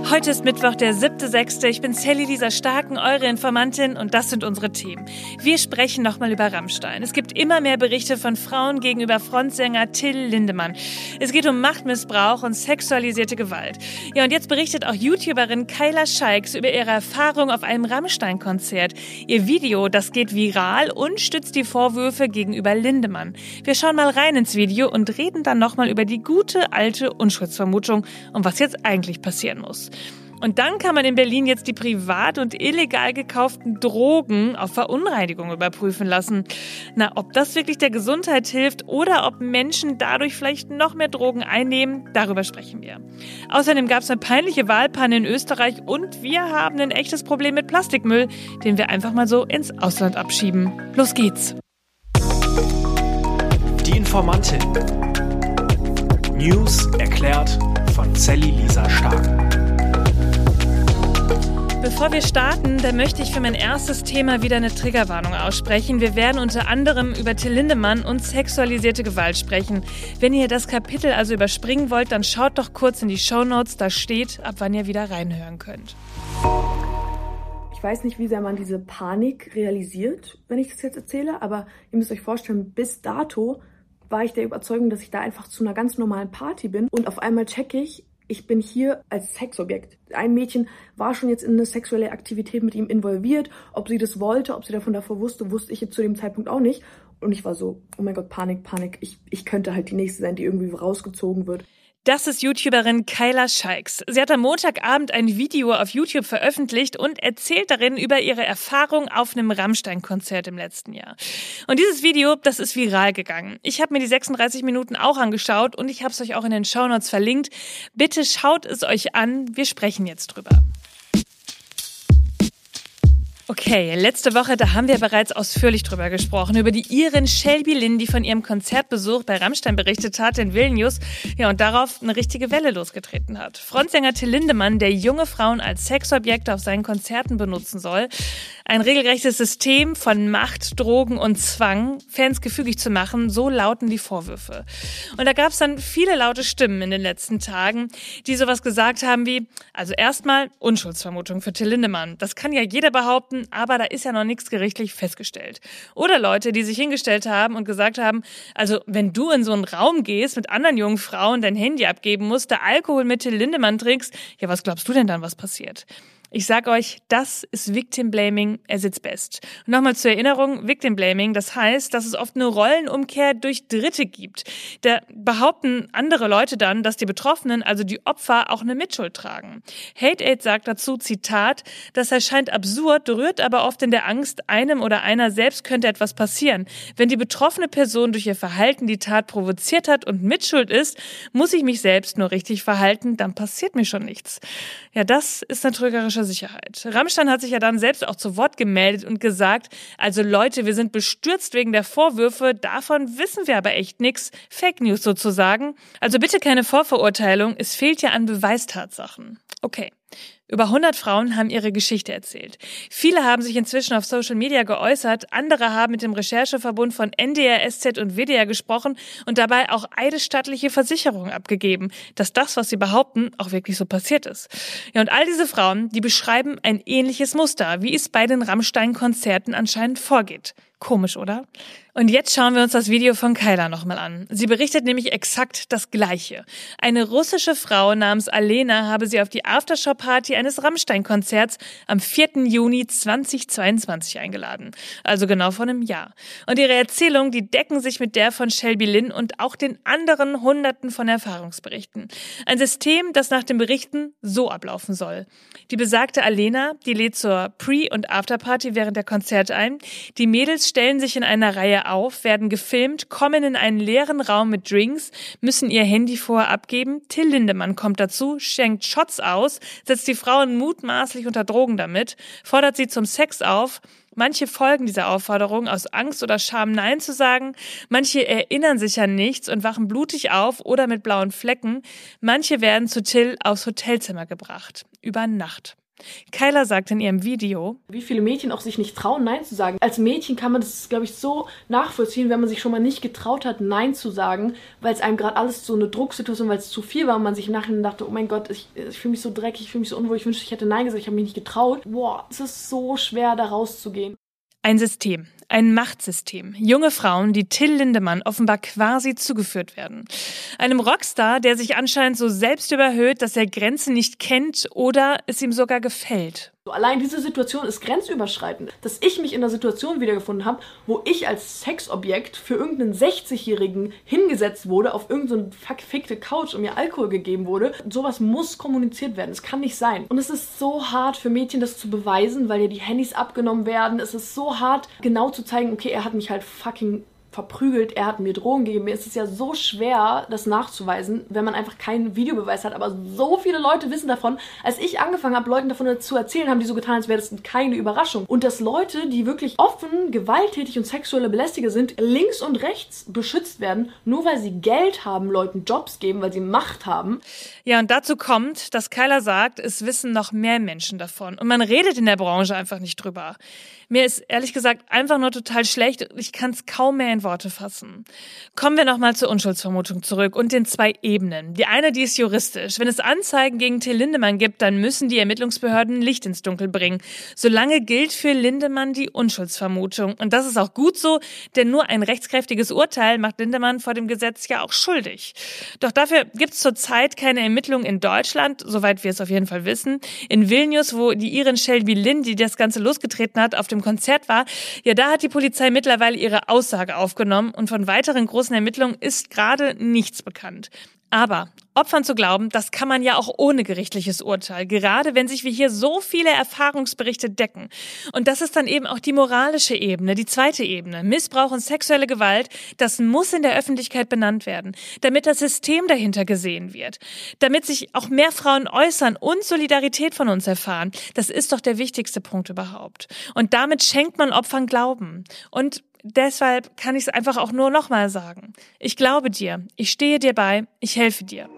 Heute ist Mittwoch, der 7.6. Ich bin Sally Lisa Starken, eure Informantin, und das sind unsere Themen. Wir sprechen nochmal über Rammstein. Es gibt immer mehr Berichte von Frauen gegenüber Frontsänger Till Lindemann. Es geht um Machtmissbrauch und sexualisierte Gewalt. Ja, und jetzt berichtet auch YouTuberin Kyla Scheiks über ihre Erfahrung auf einem Rammstein-Konzert. Ihr Video, das geht viral und stützt die Vorwürfe gegenüber Lindemann. Wir schauen mal rein ins Video und reden dann nochmal über die gute alte Unschuldsvermutung und was jetzt eigentlich passieren muss. Und dann kann man in Berlin jetzt die privat und illegal gekauften Drogen auf Verunreinigung überprüfen lassen. Na, ob das wirklich der Gesundheit hilft oder ob Menschen dadurch vielleicht noch mehr Drogen einnehmen, darüber sprechen wir. Außerdem gab es eine peinliche Wahlpanne in Österreich und wir haben ein echtes Problem mit Plastikmüll, den wir einfach mal so ins Ausland abschieben. Los geht's! Die Informantin. News erklärt von Sally Lisa Starken. Bevor wir starten, da möchte ich für mein erstes Thema wieder eine Triggerwarnung aussprechen. Wir werden unter anderem über Till Lindemann und sexualisierte Gewalt sprechen. Wenn ihr das Kapitel also überspringen wollt, dann schaut doch kurz in die Shownotes, da steht, ab wann ihr wieder reinhören könnt. Ich weiß nicht, wie sehr man diese Panik realisiert, wenn ich das jetzt erzähle, aber ihr müsst euch vorstellen, bis dato war ich der Überzeugung, dass ich da einfach zu einer ganz normalen Party bin und auf einmal checke ich bin hier als Sexobjekt. Ein Mädchen war schon jetzt in eine sexuelle Aktivität mit ihm involviert. Ob sie das wollte, ob sie davon wusste, wusste ich jetzt zu dem Zeitpunkt auch nicht. Und ich war so, oh mein Gott, Panik. Ich könnte halt die Nächste sein, die irgendwie rausgezogen wird. Das ist YouTuberin Kyla Scheiks. Sie hat am Montagabend ein Video auf YouTube veröffentlicht und erzählt darin über ihre Erfahrung auf einem Rammstein-Konzert im letzten Jahr. Und dieses Video, das ist viral gegangen. Ich habe mir die 36 Minuten auch angeschaut und ich habe es euch auch in den Shownotes verlinkt. Bitte schaut es euch an. Wir sprechen jetzt drüber. Okay, letzte Woche, da haben wir bereits ausführlich drüber gesprochen, über die Irin Shelby Lynn, die von ihrem Konzertbesuch bei Rammstein berichtet hat in Vilnius, ja, und darauf eine richtige Welle losgetreten hat. Frontsänger Till Lindemann, der junge Frauen als Sexobjekte auf seinen Konzerten benutzen soll. Ein regelrechtes System von Macht, Drogen und Zwang, Fans gefügig zu machen, so lauten die Vorwürfe. Und da gab es dann viele laute Stimmen in den letzten Tagen, die sowas gesagt haben wie, also erstmal Unschuldsvermutung für Till Lindemann. Das kann ja jeder behaupten, aber da ist ja noch nichts gerichtlich festgestellt. Oder Leute, die sich hingestellt haben und gesagt haben, also wenn du in so einen Raum gehst, mit anderen jungen Frauen dein Handy abgeben musst, da Alkohol mit Till Lindemann trinkst, ja, was glaubst du denn dann, was passiert? Ich sag euch, das ist Victim Blaming at its best. Und nochmal zur Erinnerung, Victim Blaming, das heißt, dass es oft eine Rollenumkehr durch Dritte gibt. Da behaupten andere Leute dann, dass die Betroffenen, also die Opfer, auch eine Mitschuld tragen. Hate-Aid sagt dazu, Zitat, das erscheint absurd, rührt aber oft in der Angst, einem oder einer selbst könnte etwas passieren. Wenn die betroffene Person durch ihr Verhalten die Tat provoziert hat und Mitschuld ist, muss ich mich selbst nur richtig verhalten, dann passiert mir schon nichts. Ja, das ist eine trügerische Sicherheit. Rammstein hat sich ja dann selbst auch zu Wort gemeldet und gesagt, also Leute, wir sind bestürzt wegen der Vorwürfe, davon wissen wir aber echt nichts. Fake News sozusagen. Also bitte keine Vorverurteilung, es fehlt ja an Beweistatsachen. Okay. Über 100 Frauen haben ihre Geschichte erzählt. Viele haben sich inzwischen auf Social Media geäußert, andere haben mit dem Rechercheverbund von NDR, SZ und WDR gesprochen und dabei auch eidesstattliche Versicherungen abgegeben, dass das, was sie behaupten, auch wirklich so passiert ist. Ja, und all diese Frauen, die beschreiben ein ähnliches Muster, wie es bei den Rammstein-Konzerten anscheinend vorgeht. Komisch, oder? Und jetzt schauen wir uns das Video von Kyla nochmal an. Sie berichtet nämlich exakt das Gleiche. Eine russische Frau namens Alena habe sie auf die Aftershow-Party eines Rammstein-Konzerts am 4. Juni 2022 eingeladen. Also genau vor einem Jahr. Und ihre Erzählungen, die decken sich mit der von Shelby Lynn und auch den anderen Hunderten von Erfahrungsberichten. Ein System, das nach den Berichten so ablaufen soll. Die besagte Alena, die lädt zur Pre- und Afterparty während der Konzerte ein. Die Mädels stellen sich in einer Reihe auf, werden gefilmt, kommen in einen leeren Raum mit Drinks, müssen ihr Handy vorher abgeben. Till Lindemann kommt dazu, schenkt Shots aus, setzt die Frauen mutmaßlich unter Drogen damit, fordert sie zum Sex auf. Manche folgen dieser Aufforderung aus Angst oder Scham, Nein zu sagen. Manche erinnern sich an nichts und wachen blutig auf oder mit blauen Flecken. Manche werden zu Till aufs Hotelzimmer gebracht. Über Nacht. Kyla sagt in ihrem Video: Wie viele Mädchen auch sich nicht trauen, Nein zu sagen. Als Mädchen kann man das, glaube ich, so nachvollziehen, wenn man sich schon mal nicht getraut hat, Nein zu sagen, weil es einem gerade alles so eine Drucksituation, weil es zu viel war und man sich im Nachhinein dachte, oh mein Gott, ich fühle mich so dreckig, ich fühle mich so unwohl, ich wünschte, ich hätte Nein gesagt, ich habe mich nicht getraut. Boah, es ist so schwer, da rauszugehen. Ein System, ein Machtsystem. Junge Frauen, die Till Lindemann offenbar quasi zugeführt werden. Einem Rockstar, der sich anscheinend so selbst überhöht, dass er Grenzen nicht kennt oder es ihm sogar gefällt. Allein diese Situation ist grenzüberschreitend. Dass ich mich in einer Situation wiedergefunden habe, wo ich als Sexobjekt für irgendeinen 60-Jährigen hingesetzt wurde, auf irgendeine verfickte Couch und mir Alkohol gegeben wurde. Sowas muss kommuniziert werden. Es kann nicht sein. Und es ist so hart für Mädchen, das zu beweisen, weil ja die Handys abgenommen werden. Es ist so hart, genau zu zeigen, okay, er hat mich halt fucking verprügelt, er hat mir Drogen gegeben. Es ist ja so schwer, das nachzuweisen, wenn man einfach keinen Videobeweis hat. Aber so viele Leute wissen davon. Als ich angefangen habe, Leuten davon zu erzählen, haben die so getan, als wäre das keine Überraschung. Und dass Leute, die wirklich offen, gewalttätig und sexuelle Belästiger sind, links und rechts beschützt werden, nur weil sie Geld haben, Leuten Jobs geben, weil sie Macht haben. Ja, und dazu kommt, dass Kyla sagt, es wissen noch mehr Menschen davon. Und man redet in der Branche einfach nicht drüber. Mir ist ehrlich gesagt einfach nur total schlecht und ich kann es kaum mehr in Worte fassen. Kommen wir nochmal zur Unschuldsvermutung zurück und den 2 Ebenen. Die eine, die ist juristisch. Wenn es Anzeigen gegen Till Lindemann gibt, dann müssen die Ermittlungsbehörden Licht ins Dunkel bringen. Solange gilt für Lindemann die Unschuldsvermutung. Und das ist auch gut so, denn nur ein rechtskräftiges Urteil macht Lindemann vor dem Gesetz ja auch schuldig. Doch dafür gibt es zurzeit keine Ermittlungen in Deutschland, soweit wir es auf jeden Fall wissen. In Vilnius, wo die Irin Shelby Lynn, die das Ganze losgetreten hat, auf dem Konzert war, ja, da hat die Polizei mittlerweile ihre Aussage aufgenommen und von weiteren großen Ermittlungen ist gerade nichts bekannt. Aber Opfern zu glauben, das kann man ja auch ohne gerichtliches Urteil, gerade wenn sich wie hier so viele Erfahrungsberichte decken. Und das ist dann eben auch die moralische Ebene, die zweite Ebene. Missbrauch und sexuelle Gewalt, das muss in der Öffentlichkeit benannt werden, damit das System dahinter gesehen wird, damit sich auch mehr Frauen äußern und Solidarität von uns erfahren. Das ist doch der wichtigste Punkt überhaupt. Und damit schenkt man Opfern Glauben. Und deshalb kann ich es einfach auch nur nochmal sagen. Ich glaube dir, ich stehe dir bei, ich helfe dir.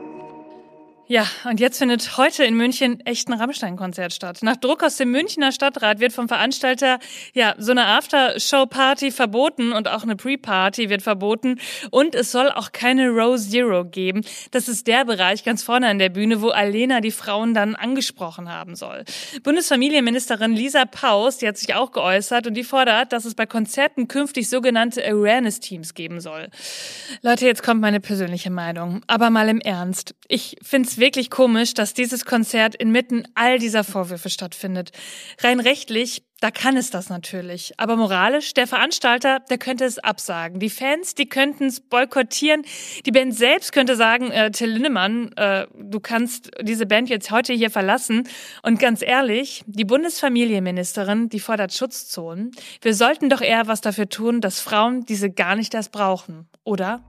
Ja, und jetzt findet heute in München echt ein Rammstein-Konzert statt. Nach Druck aus dem Münchner Stadtrat wird vom Veranstalter so eine After-Show-Party verboten und auch eine Pre-Party wird verboten und es soll auch keine Row Zero geben. Das ist der Bereich ganz vorne an der Bühne, wo Alena die Frauen dann angesprochen haben soll. Bundesfamilienministerin Lisa Paus, die hat sich auch geäußert und die fordert, dass es bei Konzerten künftig sogenannte Awareness-Teams geben soll. Leute, jetzt kommt meine persönliche Meinung, aber mal im Ernst. Ich find's wirklich komisch, dass dieses Konzert inmitten all dieser Vorwürfe stattfindet. Rein rechtlich, da kann es das natürlich. Aber moralisch, der Veranstalter, der könnte es absagen. Die Fans, die könnten es boykottieren. Die Band selbst könnte sagen, Till Lindemann, du kannst diese Band jetzt heute hier verlassen. Und ganz ehrlich, die Bundesfamilienministerin, die fordert Schutzzonen. Wir sollten doch eher was dafür tun, dass Frauen diese gar nicht erst brauchen, oder?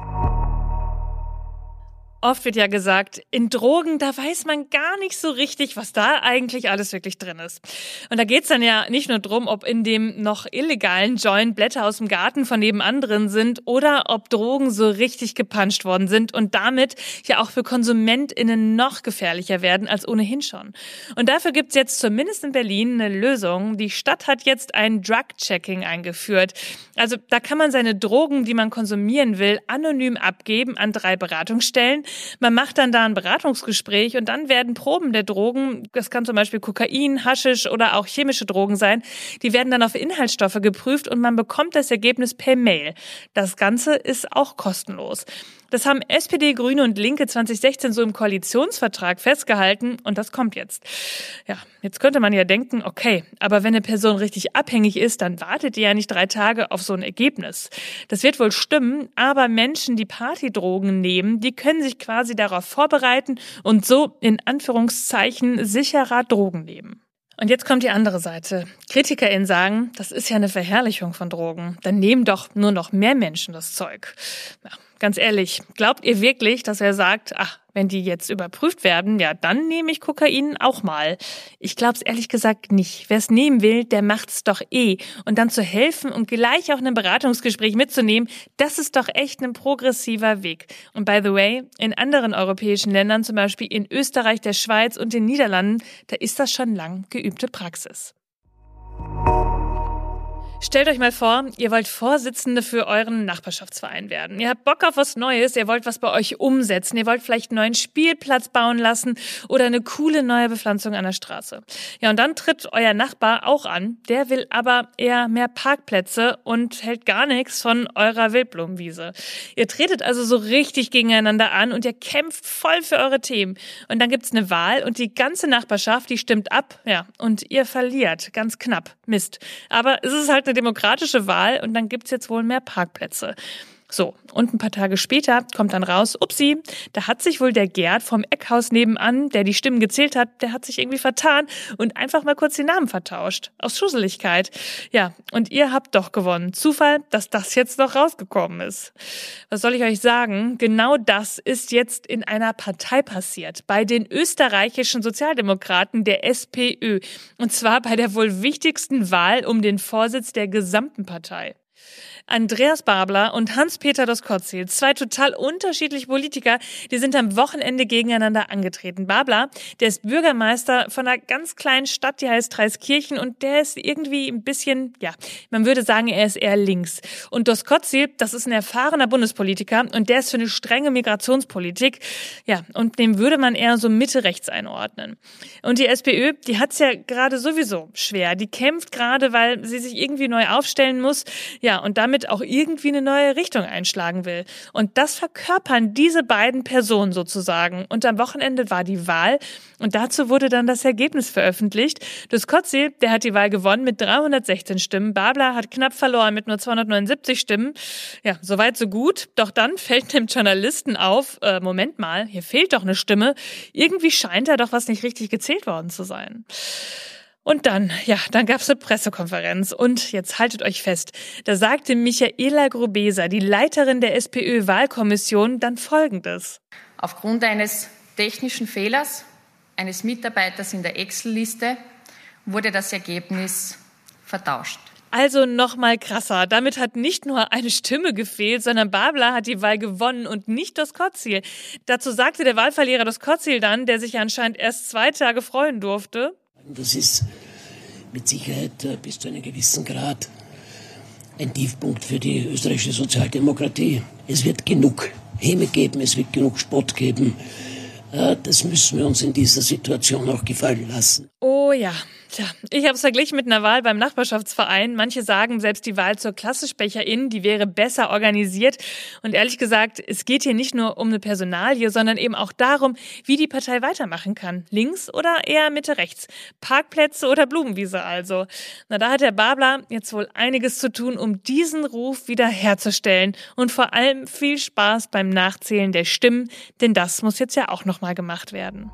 Oft wird ja gesagt, in Drogen, da weiß man gar nicht so richtig, was da eigentlich alles wirklich drin ist. Und da geht's dann ja nicht nur drum, ob in dem noch illegalen Joint Blätter aus dem Garten von nebenan drin sind oder ob Drogen so richtig gepanscht worden sind und damit ja auch für KonsumentInnen noch gefährlicher werden als ohnehin schon. Und dafür gibt's jetzt zumindest in Berlin eine Lösung. Die Stadt hat jetzt ein Drug-Checking eingeführt. Also da kann man seine Drogen, die man konsumieren will, anonym abgeben an 3 Beratungsstellen. Man macht dann da ein Beratungsgespräch und dann werden Proben der Drogen, das kann zum Beispiel Kokain, Haschisch oder auch chemische Drogen sein, die werden dann auf Inhaltsstoffe geprüft und man bekommt das Ergebnis per Mail. Das Ganze ist auch kostenlos. Das haben SPD, Grüne und Linke 2016 so im Koalitionsvertrag festgehalten und das kommt jetzt. Ja, jetzt könnte man ja denken, okay, aber wenn eine Person richtig abhängig ist, dann wartet die ja nicht 3 Tage auf so ein Ergebnis. Das wird wohl stimmen, aber Menschen, die Partydrogen nehmen, die können sich quasi darauf vorbereiten und so in Anführungszeichen sicherer Drogen nehmen. Und jetzt kommt die andere Seite. KritikerInnen sagen, das ist ja eine Verherrlichung von Drogen. Dann nehmen doch nur noch mehr Menschen das Zeug. Ja, ganz ehrlich, glaubt ihr wirklich, dass er sagt, ach, wenn die jetzt überprüft werden, ja, dann nehme ich Kokain auch mal. Ich glaube es ehrlich gesagt nicht. Wer es nehmen will, der macht's doch eh. Und dann zu helfen und gleich auch ein Beratungsgespräch mitzunehmen, das ist doch echt ein progressiver Weg. Und by the way, in anderen europäischen Ländern, zum Beispiel in Österreich, der Schweiz und den Niederlanden, da ist das schon lang geübte Praxis. Stellt euch mal vor, ihr wollt Vorsitzende für euren Nachbarschaftsverein werden. Ihr habt Bock auf was Neues, ihr wollt was bei euch umsetzen, ihr wollt vielleicht einen neuen Spielplatz bauen lassen oder eine coole neue Bepflanzung an der Straße. Ja, und dann tritt euer Nachbar auch an, der will aber eher mehr Parkplätze und hält gar nichts von eurer Wildblumenwiese. Ihr tretet also so richtig gegeneinander an und ihr kämpft voll für eure Themen. Und dann gibt's eine Wahl und die ganze Nachbarschaft, die stimmt ab, ja, und ihr verliert, ganz knapp. Mist. Aber es ist halt eine demokratische Wahl und dann gibt's jetzt wohl mehr Parkplätze. So, und ein paar Tage später kommt dann raus, upsi, da hat sich wohl der Gerd vom Eckhaus nebenan, der die Stimmen gezählt hat, der hat sich irgendwie vertan und einfach mal kurz die Namen vertauscht. Aus Schusseligkeit. Ja, und ihr habt doch gewonnen. Zufall, dass das jetzt noch rausgekommen ist. Was soll ich euch sagen? Genau das ist jetzt in einer Partei passiert. Bei den österreichischen Sozialdemokraten, der SPÖ. Und zwar bei der wohl wichtigsten Wahl um den Vorsitz der gesamten Partei. Andreas Babler und Hans-Peter Doskozil, zwei total unterschiedliche Politiker, die sind am Wochenende gegeneinander angetreten. Babler, der ist Bürgermeister von einer ganz kleinen Stadt, die heißt Traiskirchen und der ist irgendwie ein bisschen, ja, man würde sagen, er ist eher links. Und Doskozil, das ist ein erfahrener Bundespolitiker und der ist für eine strenge Migrationspolitik, ja, und dem würde man eher so Mitte-rechts einordnen. Und die SPÖ, die hat's ja gerade sowieso schwer. Die kämpft gerade, weil sie sich irgendwie neu aufstellen muss, ja, und damit auch irgendwie eine neue Richtung einschlagen will. Und das verkörpern diese beiden Personen sozusagen. Und am Wochenende war die Wahl und dazu wurde dann das Ergebnis veröffentlicht. Doskozil, der hat die Wahl gewonnen mit 316 Stimmen. Babler hat knapp verloren mit nur 279 Stimmen. Ja, soweit so gut. Doch dann fällt dem Journalisten auf, Moment mal, hier fehlt doch eine Stimme. Irgendwie scheint da doch was nicht richtig gezählt worden zu sein. Und dann gab's eine Pressekonferenz und jetzt haltet euch fest, da sagte Michaela Grubeser, die Leiterin der SPÖ-Wahlkommission, dann Folgendes. Aufgrund eines technischen Fehlers eines Mitarbeiters in der Excel-Liste wurde das Ergebnis vertauscht. Also nochmal krasser. Damit hat nicht nur eine Stimme gefehlt, sondern Babler hat die Wahl gewonnen und nicht Doskozil. Dazu sagte der Wahlverlierer Doskozil dann, der sich anscheinend erst 2 Tage freuen durfte. Das ist mit Sicherheit bis zu einem gewissen Grad ein Tiefpunkt für die österreichische Sozialdemokratie. Es wird genug Häme geben, es wird genug Spott geben. Das müssen wir uns in dieser Situation auch gefallen lassen. Oh ja. Tja, ich habe es verglichen mit einer Wahl beim Nachbarschaftsverein. Manche sagen, selbst die Wahl zur Klassensprecherin, die wäre besser organisiert. Und ehrlich gesagt, es geht hier nicht nur um eine Personalie, sondern eben auch darum, wie die Partei weitermachen kann. Links oder eher Mitte-rechts? Parkplätze oder Blumenwiese also? Na, da hat der Babler jetzt wohl einiges zu tun, um diesen Ruf wieder herzustellen. Und vor allem viel Spaß beim Nachzählen der Stimmen, denn das muss jetzt ja auch nochmal gemacht werden.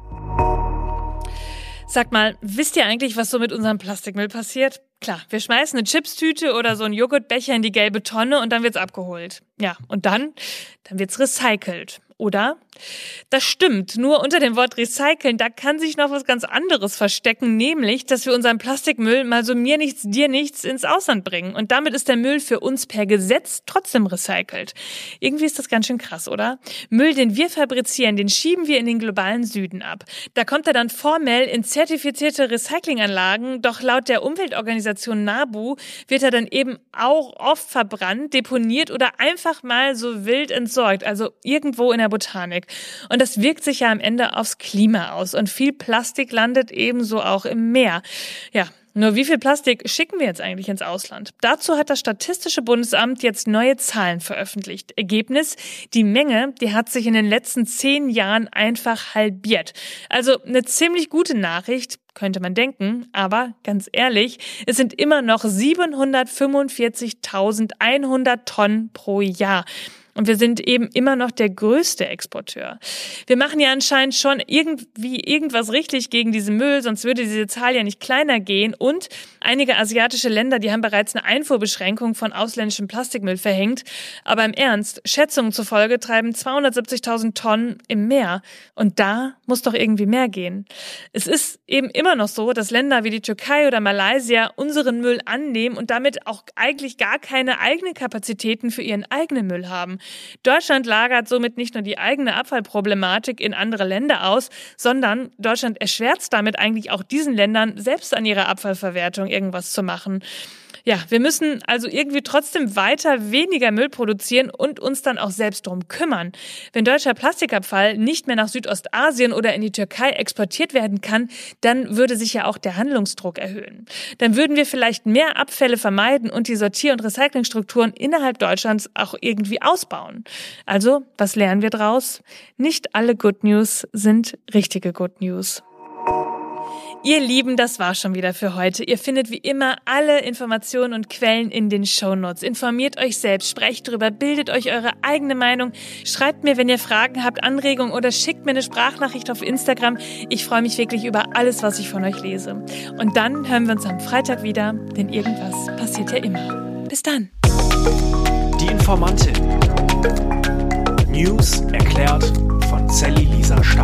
Sag mal, wisst ihr eigentlich, was so mit unserem Plastikmüll passiert? Klar, wir schmeißen eine Chipstüte oder so einen Joghurtbecher in die gelbe Tonne und dann wird's abgeholt. Ja, und dann wird's recycelt. Oder? Das stimmt, nur unter dem Wort recyceln, da kann sich noch was ganz anderes verstecken, nämlich, dass wir unseren Plastikmüll mal so mir nichts, dir nichts ins Ausland bringen. Und damit ist der Müll für uns per Gesetz trotzdem recycelt. Irgendwie ist das ganz schön krass, oder? Müll, den wir fabrizieren, den schieben wir in den globalen Süden ab. Da kommt er dann formell in zertifizierte Recyclinganlagen, doch laut der Umweltorganisation NABU wird er dann eben auch oft verbrannt, deponiert oder einfach mal so wild entsorgt, also irgendwo in der Botanik. Und das wirkt sich ja am Ende aufs Klima aus. Und viel Plastik landet ebenso auch im Meer. Ja, nur wie viel Plastik schicken wir jetzt eigentlich ins Ausland? Dazu hat das Statistische Bundesamt jetzt neue Zahlen veröffentlicht. Ergebnis, die Menge, die hat sich in den letzten 10 Jahren einfach halbiert. Also eine ziemlich gute Nachricht, könnte man denken, aber ganz ehrlich, es sind immer noch 745.100 Tonnen pro Jahr. Und wir sind eben immer noch der größte Exporteur. Wir machen ja anscheinend schon irgendwas richtig gegen diesen Müll, sonst würde diese Zahl ja nicht kleiner gehen. Und einige asiatische Länder, die haben bereits eine Einfuhrbeschränkung von ausländischem Plastikmüll verhängt. Aber im Ernst, Schätzungen zufolge treiben 270.000 Tonnen im Meer. Und da muss doch irgendwie mehr gehen. Es ist eben immer noch so, dass Länder wie die Türkei oder Malaysia unseren Müll annehmen und damit auch eigentlich gar keine eigenen Kapazitäten für ihren eigenen Müll haben. Deutschland lagert somit nicht nur die eigene Abfallproblematik in andere Länder aus, sondern Deutschland erschwert es damit eigentlich auch diesen Ländern, selbst an ihrer Abfallverwertung irgendwas zu machen. Ja, wir müssen also irgendwie trotzdem weiter weniger Müll produzieren und uns dann auch selbst darum kümmern. Wenn deutscher Plastikabfall nicht mehr nach Südostasien oder in die Türkei exportiert werden kann, dann würde sich ja auch der Handlungsdruck erhöhen. Dann würden wir vielleicht mehr Abfälle vermeiden und die Sortier- und Recyclingstrukturen innerhalb Deutschlands auch irgendwie ausbauen. Also, was lernen wir draus? Nicht alle Good News sind richtige Good News. Ihr Lieben, das war schon wieder für heute. Ihr findet wie immer alle Informationen und Quellen in den Shownotes. Informiert euch selbst, sprecht drüber, bildet euch eure eigene Meinung. Schreibt mir, wenn ihr Fragen habt, Anregungen oder schickt mir eine Sprachnachricht auf Instagram. Ich freue mich wirklich über alles, was ich von euch lese. Und dann hören wir uns am Freitag wieder, denn irgendwas passiert ja immer. Bis dann. Die Informantin. News erklärt von Sally Lisa Stark.